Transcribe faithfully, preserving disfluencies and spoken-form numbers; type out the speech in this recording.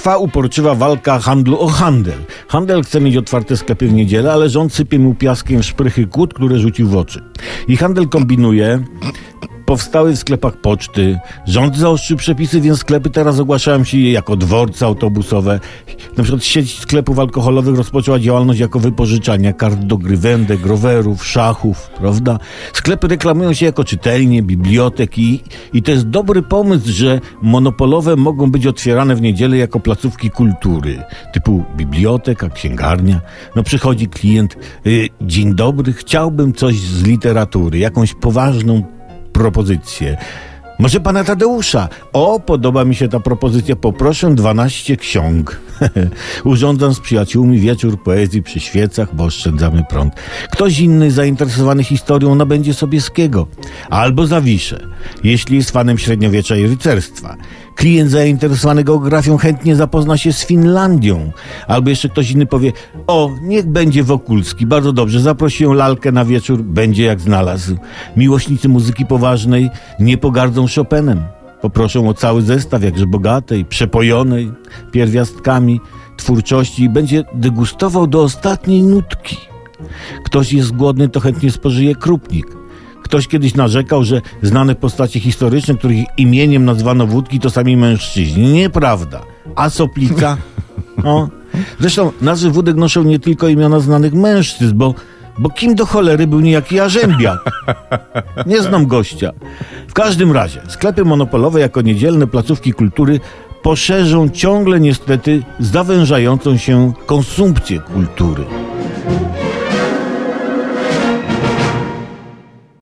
Trwa uporczywa walka handlu o handel. Handel chce mieć otwarte sklepy w niedzielę, ale rząd sypie mu piaskiem w szprychy kłód, które rzucił w oczy. I handel kombinuje. Powstały w sklepach poczty. Rząd zaostrzył przepisy, więc sklepy teraz ogłaszają się je jako dworce autobusowe. Na przykład sieć sklepów alkoholowych rozpoczęła działalność jako wypożyczania kart do gry wędek, rowerów, szachów, prawda? Sklepy reklamują się jako czytelnie, biblioteki i to jest dobry pomysł, że monopolowe mogą być otwierane w niedzielę jako placówki kultury, typu biblioteka, księgarnia. No przychodzi klient, yy, dzień dobry, chciałbym coś z literatury, jakąś poważną propozycję. Może pana Tadeusza? O, podoba mi się ta propozycja. Poproszę dwanaście ksiąg. Urządzam z przyjaciółmi wieczór poezji przy świecach, bo oszczędzamy prąd. Ktoś inny zainteresowany historią nabędzie Sobieskiego. Albo Zawiszę, jeśli jest fanem średniowiecza i rycerstwa. Klient zainteresowany geografią chętnie zapozna się z Finlandią. Albo jeszcze ktoś inny powie: o, niech będzie Wokulski, bardzo dobrze, zaprosiłem lalkę na wieczór, będzie jak znalazł. Miłośnicy muzyki poważnej nie pogardzą Chopinem. Poproszą o cały zestaw, jakże bogatej, przepojonej pierwiastkami twórczości i będzie degustował do ostatniej nutki. Ktoś jest głodny, to chętnie spożyje krupnik. Ktoś kiedyś narzekał, że znane postacie historyczne, których imieniem nazwano wódki, to sami mężczyźni. Nieprawda. A soplica? No. Zresztą nazwy wódek noszą nie tylko imiona znanych mężczyzn, bo, bo kim do cholery był niejaki Jarzębiak? Nie znam gościa. W każdym razie sklepy monopolowe jako niedzielne placówki kultury poszerzą ciągle niestety zawężającą się konsumpcję kultury.